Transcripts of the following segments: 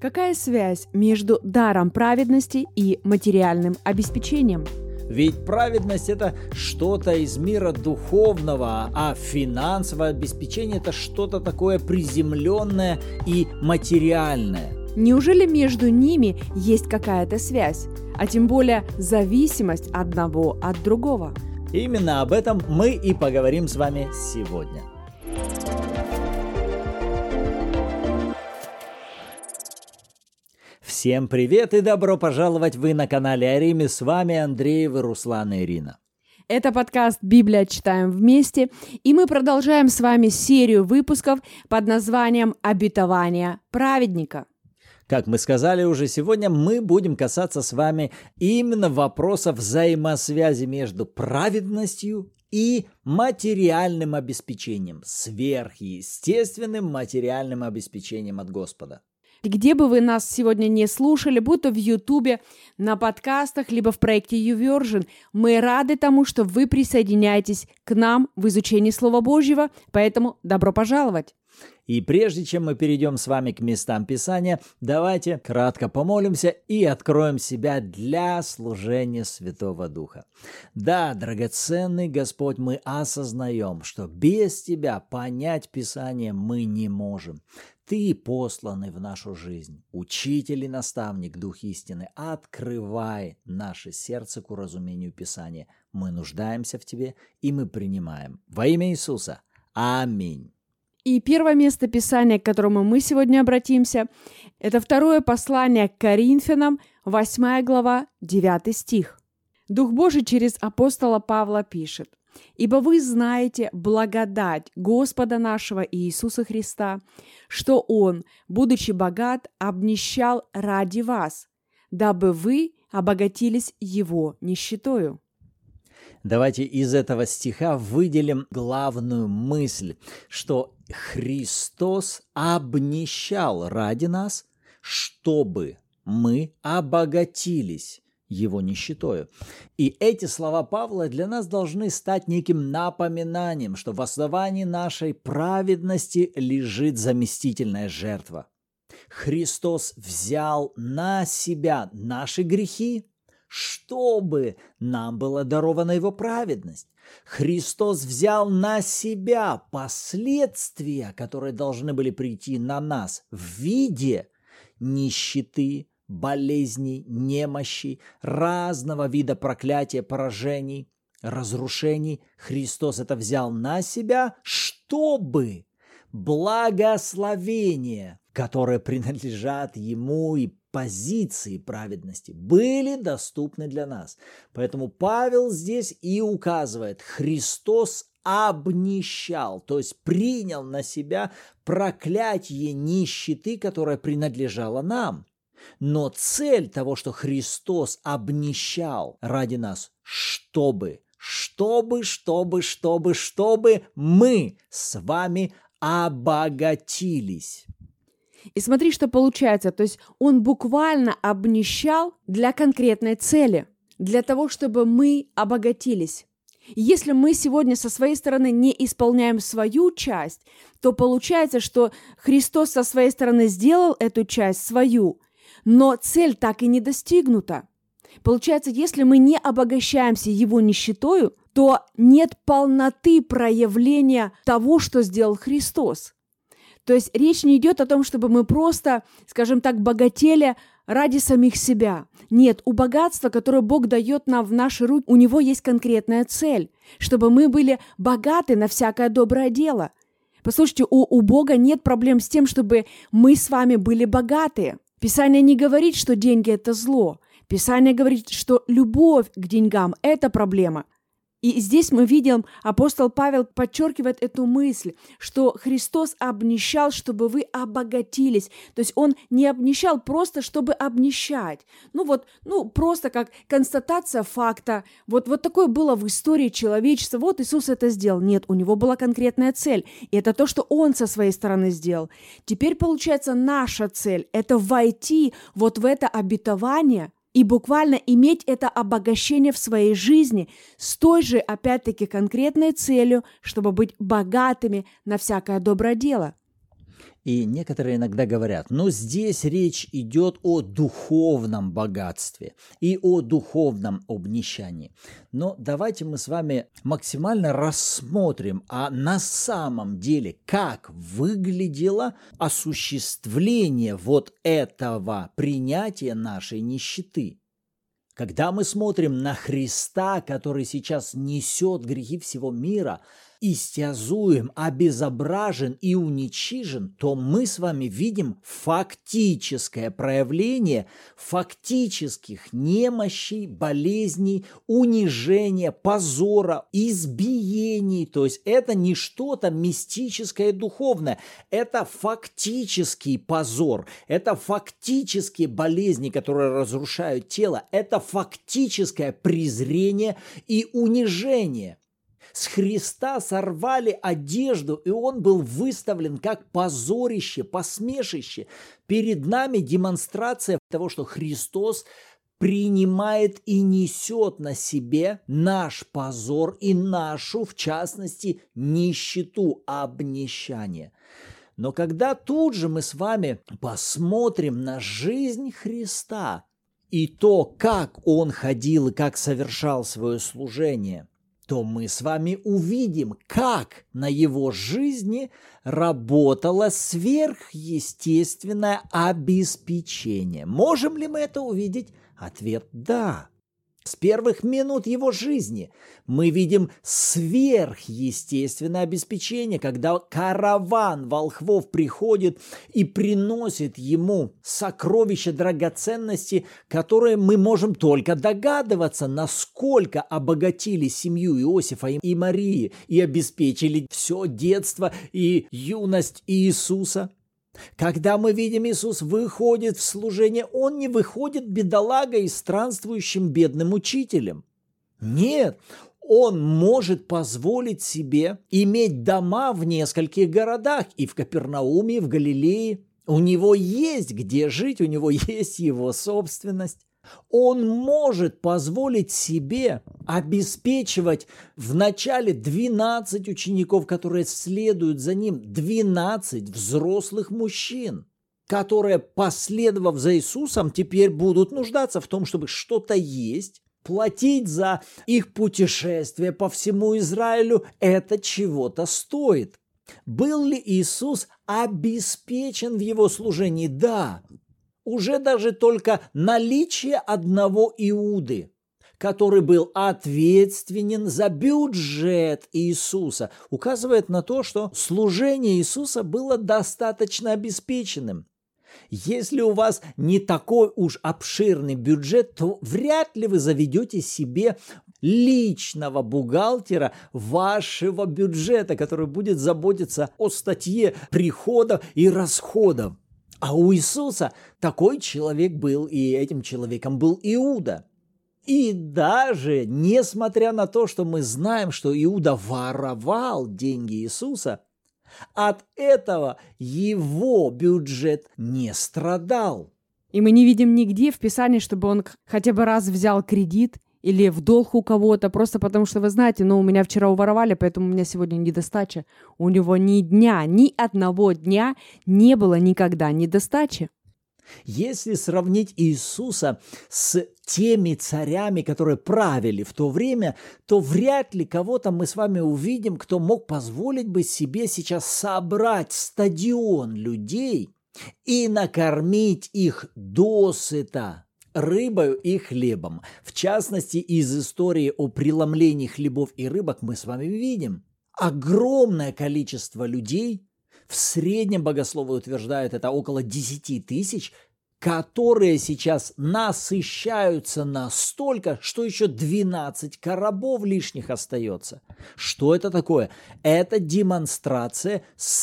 Какая связь между даром праведности и материальным обеспечением? Ведь праведность – это что-то из мира духовного, а финансовое обеспечение – это что-то такое приземленное и материальное. Неужели между ними есть какая-то связь, а тем более зависимость одного от другого? Именно об этом мы и поговорим с вами сегодня. Всем привет и добро пожаловать! Вы на канале Арими, с вами Андреевы, Руслан и Ирина. Это подкаст «Библия. Читаем вместе», и мы продолжаем с вами серию выпусков под названием «Обетование праведника». Как мы сказали уже, сегодня мы будем касаться с вами именно вопросов взаимосвязи между праведностью и материальным обеспечением, сверхъестественным материальным обеспечением от Господа. Где бы вы нас сегодня не слушали, будь то в Ютубе, на подкастах, либо в проекте YouVersion, мы рады тому, что вы присоединяетесь к нам в изучении Слова Божьего, поэтому добро пожаловать! И прежде чем мы перейдем с вами к местам Писания, давайте кратко помолимся и откроем себя для служения Святого Духа. Да, драгоценный Господь, мы осознаем, что без Тебя понять Писание мы не можем. Ты посланный в нашу жизнь, учитель и наставник, Дух истины, открывай наше сердце к уразумению Писания. Мы нуждаемся в Тебе, и мы принимаем. Во имя Иисуса. Аминь. И первое место Писания, к которому мы сегодня обратимся, это второе послание к Коринфянам, 8 глава, 9 стих. Дух Божий через апостола Павла пишет: «Ибо вы знаете благодать Господа нашего Иисуса Христа, что Он, будучи богат, обнищал ради вас, дабы вы обогатились Его нищетою». Давайте из этого стиха выделим главную мысль, что Христос обнищал ради нас, чтобы мы обогатились Его нищетою. И эти слова Павла для нас должны стать неким напоминанием, что в основании нашей праведности лежит заместительная жертва. Христос взял на себя наши грехи, чтобы нам была дарована Его праведность. Христос взял на себя последствия, которые должны были прийти на нас в виде нищеты, болезней, немощи, разного вида проклятия, поражений, разрушений. Христос это взял на себя, чтобы благословения, которые принадлежат Ему, и позиции праведности были доступны для нас. Поэтому Павел здесь и указывает: Христос обнищал, то есть принял на себя проклятие нищеты, которая принадлежала нам. Но цель того, что Христос обнищал ради нас, чтобы мы с вами обогатились. И смотри, что получается. То есть Он буквально обнищал для конкретной цели, для того, чтобы мы обогатились. Если мы сегодня со своей стороны не исполняем свою часть, то получается, что Христос со своей стороны сделал эту часть свою, но цель так и не достигнута. Получается, если мы не обогащаемся Его нищетою, то нет полноты проявления того, что сделал Христос. То есть речь не идет о том, чтобы мы просто, скажем так, богатели ради самих себя. Нет, у богатства, которое Бог дает нам в наши руки, у него есть конкретная цель, чтобы мы были богаты на всякое доброе дело. Послушайте, у Бога нет проблем с тем, чтобы мы с вами были богаты. Писание не говорит, что деньги – это зло. Писание говорит, что любовь к деньгам – это проблема. И здесь мы видим, апостол Павел подчеркивает эту мысль, что Христос обнищал, чтобы вы обогатились. То есть Он не обнищал просто, чтобы обнищать. Просто как констатация факта. Вот такое было в истории человечества. Вот Иисус это сделал. Нет, у Него была конкретная цель. И это то, что Он со своей стороны сделал. Теперь, получается, наша цель – это войти вот в это обетование, и буквально иметь это обогащение в своей жизни с той же, опять-таки, конкретной целью, чтобы быть богатыми на всякое доброе дело. И некоторые иногда говорят, но здесь речь идет о духовном богатстве и о духовном обнищании. Но давайте мы с вами максимально рассмотрим, а на самом деле, как выглядело осуществление вот этого принятия нашей нищеты. Когда мы смотрим на Христа, который сейчас несет грехи всего мира, истязуем, обезображен и уничижен, то мы с вами видим фактическое проявление фактических немощей, болезней, унижения, позора, избиений. То есть это не что-то мистическое, духовное, это фактический позор, это фактические болезни, которые разрушают тело, это фактическое презрение и унижение. С Христа сорвали одежду, и он был выставлен как позорище, посмешище. Перед нами демонстрация того, что Христос принимает и несет на себе наш позор и нашу, в частности, нищету, обнищание. Но когда тут же мы с вами посмотрим на жизнь Христа и то, как он ходил и как совершал свое служение, то мы с вами увидим, как на его жизни работало сверхъестественное обеспечение. Можем ли мы это увидеть? Ответ – да. С первых минут его жизни мы видим сверхъестественное обеспечение, когда караван волхвов приходит и приносит ему сокровища, драгоценности, которые мы можем только догадываться, насколько обогатили семью Иосифа и Марии и обеспечили все детство и юность Иисуса. Когда мы видим, Иисус выходит в служение, Он не выходит бедолагой и странствующим бедным учителем. Нет, Он может позволить себе иметь дома в нескольких городах, и в Капернауме, и в Галилее. У Него есть где жить, у Него есть Его собственность. Он может позволить себе обеспечивать вначале 12 учеников, которые следуют за ним, 12 взрослых мужчин, которые, последовав за Иисусом, теперь будут нуждаться в том, чтобы что-то есть, платить за их путешествие по всему Израилю. Это чего-то стоит. Был ли Иисус обеспечен в его служении? Да. Уже даже только наличие одного Иуды, который был ответственен за бюджет Иисуса, указывает на то, что служение Иисуса было достаточно обеспеченным. Если у вас не такой уж обширный бюджет, то вряд ли вы заведете себе личного бухгалтера вашего бюджета, который будет заботиться о статье приходов и расходов. А у Иисуса такой человек был, и этим человеком был Иуда. И даже несмотря на то, что мы знаем, что Иуда воровал деньги Иисуса, от этого его бюджет не страдал. И мы не видим нигде в Писании, чтобы он хотя бы раз взял кредит или в долг у кого-то, просто потому что, вы знаете, у меня вчера уворовали, поэтому у меня сегодня недостача. У него ни одного дня не было никогда недостачи. Если сравнить Иисуса с теми царями, которые правили в то время, то вряд ли кого-то мы с вами увидим, кто мог позволить бы себе сейчас собрать стадион людей и накормить их досыта рыбою и хлебом. В частности, из истории о преломлении хлебов и рыбок мы с вами видим огромное количество людей, в среднем богословы утверждают, это около 10 тысяч, которые сейчас насыщаются настолько, что еще 12 коробов лишних остается. Что это такое? Это демонстрация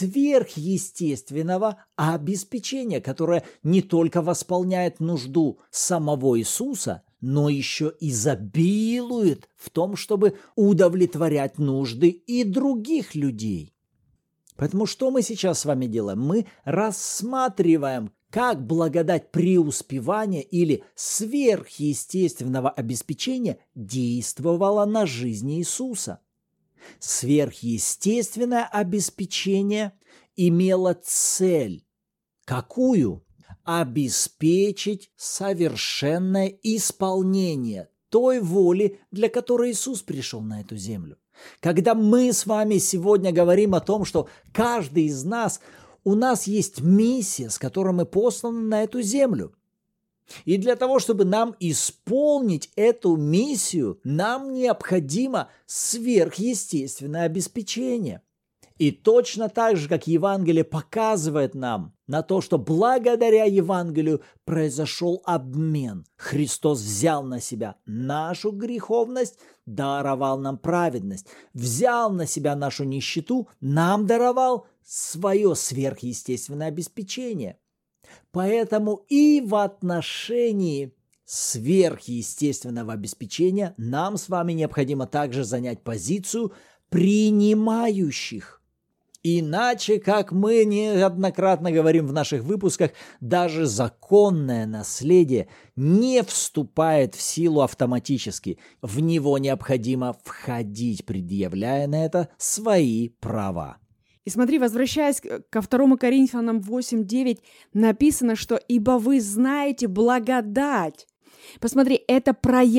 сверхъестественного обеспечения, которое не только восполняет нужду самого Иисуса, но еще изобилует в том, чтобы удовлетворять нужды и других людей. Поэтому что мы сейчас с вами делаем? Мы рассматриваем, как благодать преуспевания или сверхъестественного обеспечения действовала на жизнь Иисуса. Сверхъестественное обеспечение имела цель. Какую? Обеспечить совершенное исполнение той воли, для которой Иисус пришел на эту землю. Когда мы с вами сегодня говорим о том, что каждый из нас, у нас есть миссия, с которой мы посланы на эту землю. И для того, чтобы нам исполнить эту миссию, нам необходимо сверхъестественное обеспечение. И точно так же, как Евангелие показывает нам на то, что благодаря Евангелию произошел обмен. Христос взял на себя нашу греховность, даровал нам праведность. Взял на себя нашу нищету, нам даровал свое сверхъестественное обеспечение. Поэтому и в отношении сверхъестественного обеспечения нам с вами необходимо также занять позицию принимающих. Иначе, как мы неоднократно говорим в наших выпусках, даже законное наследие не вступает в силу автоматически. В него необходимо входить, предъявляя на это свои права. И смотри, возвращаясь ко 2 Коринфянам 8:9, написано, что «Ибо вы знаете благодать». Посмотри, это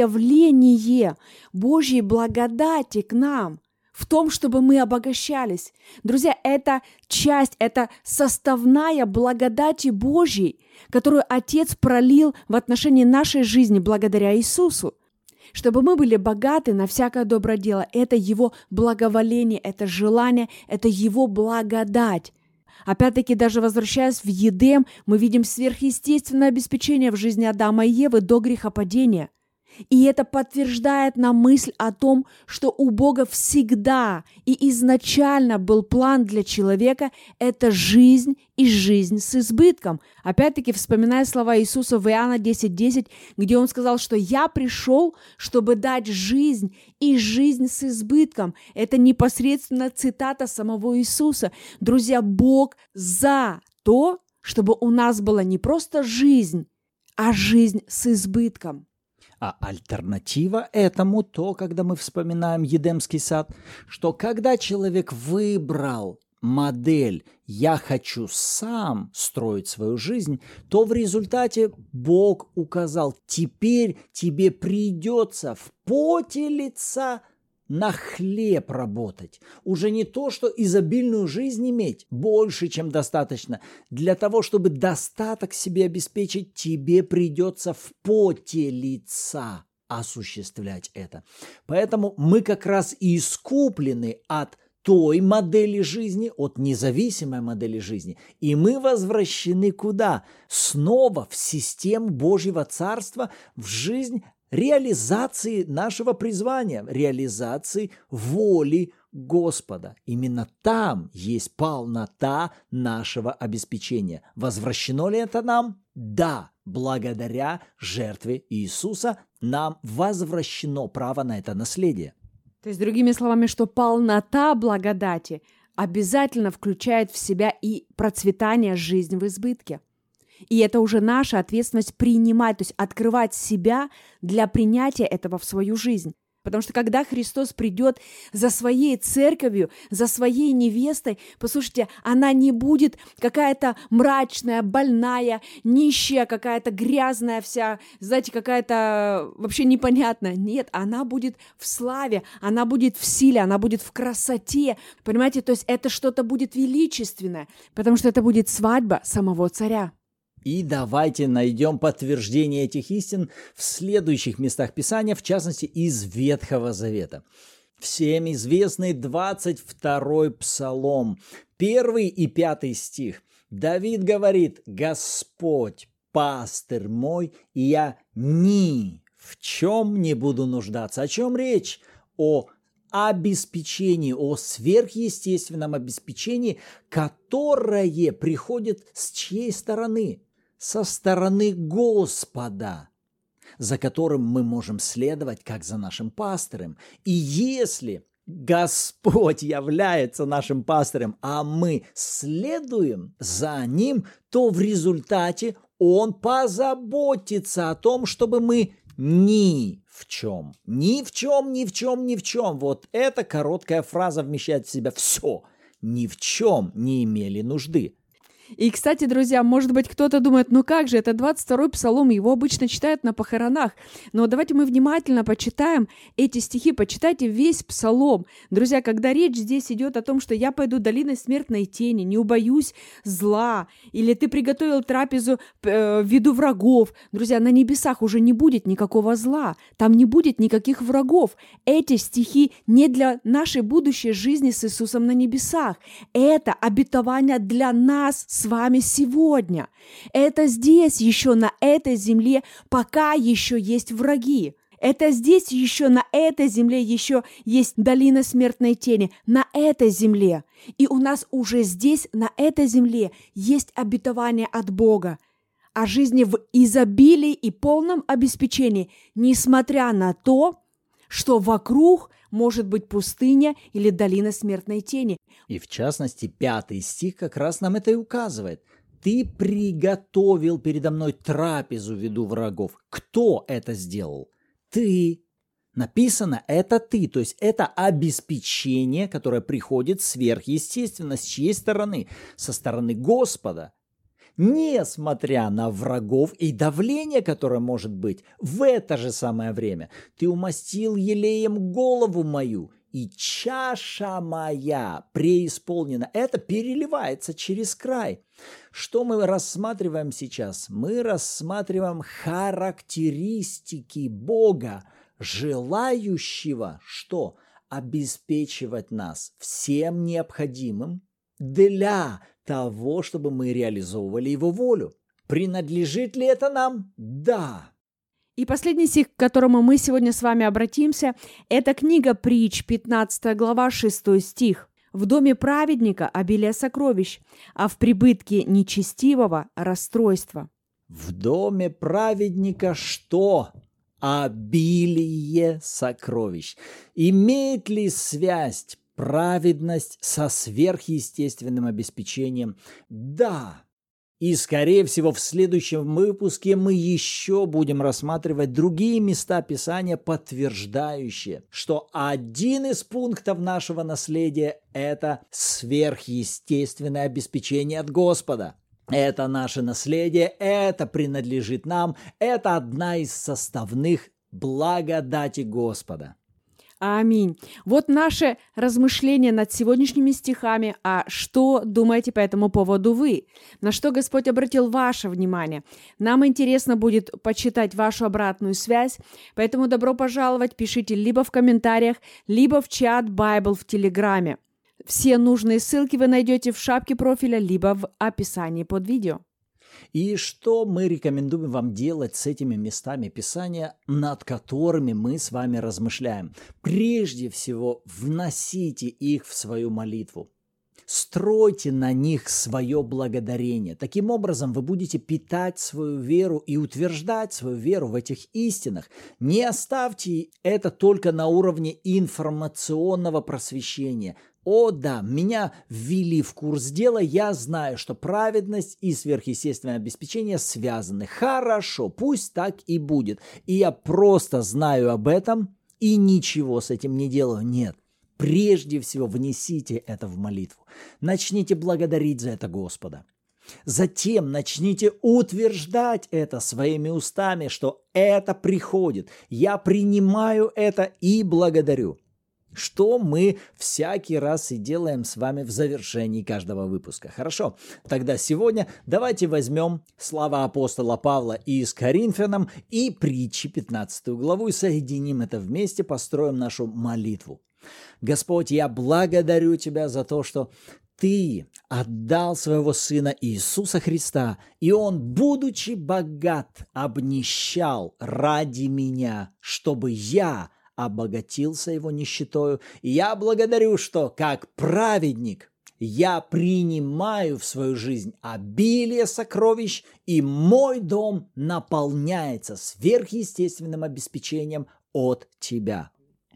проявление Божьей благодати к нам в том, чтобы мы обогащались. Друзья, это часть, это составная благодати Божьей, которую Отец пролил в отношении нашей жизни благодаря Иисусу. Чтобы мы были богаты на всякое доброе дело. Это Его благоволение, это желание, это Его благодать. Опять-таки, даже возвращаясь в Едем, мы видим сверхъестественное обеспечение в жизни Адама и Евы до грехопадения. И это подтверждает нам мысль о том, что у Бога всегда и изначально был план для человека – это жизнь и жизнь с избытком. Опять-таки, вспоминая слова Иисуса в Иоанна 10:10, где Он сказал, что «Я пришел, чтобы дать жизнь и жизнь с избытком». Это непосредственно цитата самого Иисуса. Друзья, Бог за то, чтобы у нас была не просто жизнь, а жизнь с избытком. А альтернатива этому то, когда мы вспоминаем Едемский сад, что когда человек выбрал модель «я хочу сам строить свою жизнь», то в результате Бог указал: теперь тебе придется в поте лица на хлеб работать. Уже не то, что изобильную жизнь иметь, больше, чем достаточно. Для того, чтобы достаток себе обеспечить, тебе придется в поте лица осуществлять это. Поэтому мы как раз и искуплены от той модели жизни, от независимой модели жизни. И мы возвращены куда? Снова в систему Божьего Царства, в жизнь реализации нашего призвания, реализации воли Господа. Именно там есть полнота нашего обеспечения. Возвращено ли это нам? Да, благодаря жертве Иисуса нам возвращено право на это наследие. То есть, другими словами, что полнота благодати обязательно включает в себя и процветание жизни в избытке. И это уже наша ответственность принимать, то есть открывать себя для принятия этого в свою жизнь. Потому что когда Христос придет за своей церковью, за своей невестой, послушайте, она не будет какая-то мрачная, больная, нищая, какая-то грязная вся, знаете, какая-то вообще непонятная. Нет, она будет в славе, она будет в силе, она будет в красоте. Понимаете, то есть это что-то будет величественное, потому что это будет свадьба самого царя. И давайте найдем подтверждение этих истин в следующих местах Писания, в частности, из Ветхого Завета. Всем известный 22-й Псалом, 1 и 5 стих. Давид говорит: «Господь, пастырь мой, и я ни в чем не буду нуждаться». О чем речь? О обеспечении, о сверхъестественном обеспечении, которое приходит с чьей стороны? Со стороны Господа, за которым мы можем следовать, как за нашим пастырем. И если Господь является нашим пастырем, а мы следуем за Ним, то в результате Он позаботится о том, чтобы мы ни в чем, вот эта короткая фраза вмещает в себя все. ни в чем не имели нужды. И, кстати, друзья, может быть, кто-то думает, ну как же, это 22-й псалом, его обычно читают на похоронах. Но давайте мы внимательно почитаем эти стихи, почитайте весь псалом. Друзья, когда речь здесь идет о том, что я пойду долиной смертной тени, не убоюсь зла, или ты приготовил трапезу в виду врагов. Друзья, на небесах уже не будет никакого зла, там не будет никаких врагов. Эти стихи не для нашей будущей жизни с Иисусом на небесах. Это обетование для нас с вами сегодня. Это здесь еще на этой земле, пока еще есть враги. Это здесь еще на этой земле еще есть долина смертной тени, на этой земле. И у нас уже здесь, на этой земле, есть обетование от Бога о жизни в изобилии и полном обеспечении, несмотря на то, что вокруг может быть пустыня или долина смертной тени. И в частности, 5 стих как раз нам это и указывает. «Ты приготовил передо мной трапезу в виду врагов». Кто это сделал? Ты. Написано, это ты. То есть это обеспечение, которое приходит сверхъестественно. С чьей стороны? Со стороны Господа. Несмотря на врагов и давление, которое может быть, в это же самое время ты умастил елеем голову мою, и чаша моя преисполнена. Это переливается через край. Что мы рассматриваем сейчас? Мы рассматриваем характеристики Бога, желающего что? Обеспечивать нас всем необходимым для того, чтобы мы реализовывали Его волю. Принадлежит ли это нам? Да. И последний стих, к которому мы сегодня с вами обратимся, это книга Притч, 15 глава, 6 стих. «В доме праведника обилие сокровищ, а в прибытке нечестивого расстройство». В доме праведника что? Обилие сокровищ. Имеет ли связь праведность со сверхъестественным обеспечением? Да. И, скорее всего, в следующем выпуске мы еще будем рассматривать другие места Писания, подтверждающие, что один из пунктов нашего наследия – это сверхъестественное обеспечение от Господа. Это наше наследие, это принадлежит нам, это одна из составных благодати Господа. Аминь. Вот наше размышление над сегодняшними стихами. А что думаете по этому поводу вы? На что Господь обратил ваше внимание? Нам интересно будет почитать вашу обратную связь, поэтому добро пожаловать, пишите либо в комментариях, либо в чат Bible в Телеграме. Все нужные ссылки вы найдете в шапке профиля, либо в описании под видео. И что мы рекомендуем вам делать с этими местами Писания, над которыми мы с вами размышляем? Прежде всего, вносите их в свою молитву. Стройте на них свое благодарение. Таким образом, вы будете питать свою веру и утверждать свою веру в этих истинах. Не оставьте это только на уровне информационного просвещения. О да, меня ввели в курс дела, я знаю, что праведность и сверхъестественное обеспечение связаны. Хорошо, пусть так и будет. И я просто знаю об этом и ничего с этим не делаю. Нет. Прежде всего внесите это в молитву. Начните благодарить за это Господа. Затем начните утверждать это своими устами, что это приходит. Я принимаю это и благодарю. Что мы всякий раз и делаем с вами в завершении каждого выпуска. Хорошо, тогда сегодня давайте возьмем слова апостола Павла из Коринфянам и Притчи 15 главу и соединим это вместе, построим нашу молитву. Господь, я благодарю Тебя за то, что Ты отдал Своего Сына Иисуса Христа, и Он, будучи богат, обнищал ради меня, чтобы я обогатился Его нищетою. И я благодарю, что как праведник я принимаю в свою жизнь обилие сокровищ, и мой дом наполняется сверхъестественным обеспечением от Тебя.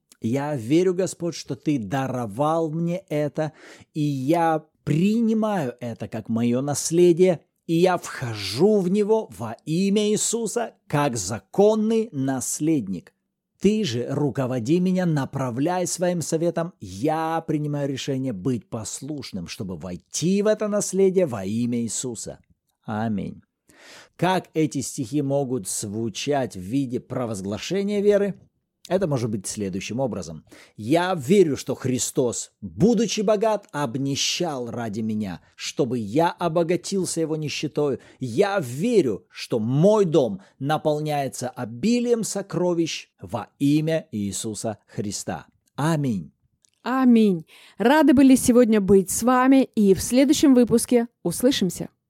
Я верю, Господь, что Ты даровал мне это, и я принимаю это как мое наследие, и я вхожу в него во имя Иисуса как законный наследник. Ты же руководи меня, направляй своим советом. Я принимаю решение быть послушным, чтобы войти в это наследие во имя Иисуса. Аминь. Как эти стихи могут звучать в виде провозглашения веры? Это может быть следующим образом. «Я верю, что Христос, будучи богат, обнищал ради меня, чтобы я обогатился его нищетою. Я верю, что мой дом наполняется обилием сокровищ во имя Иисуса Христа. Аминь». Аминь. Рады были сегодня быть с вами, и в следующем выпуске услышимся.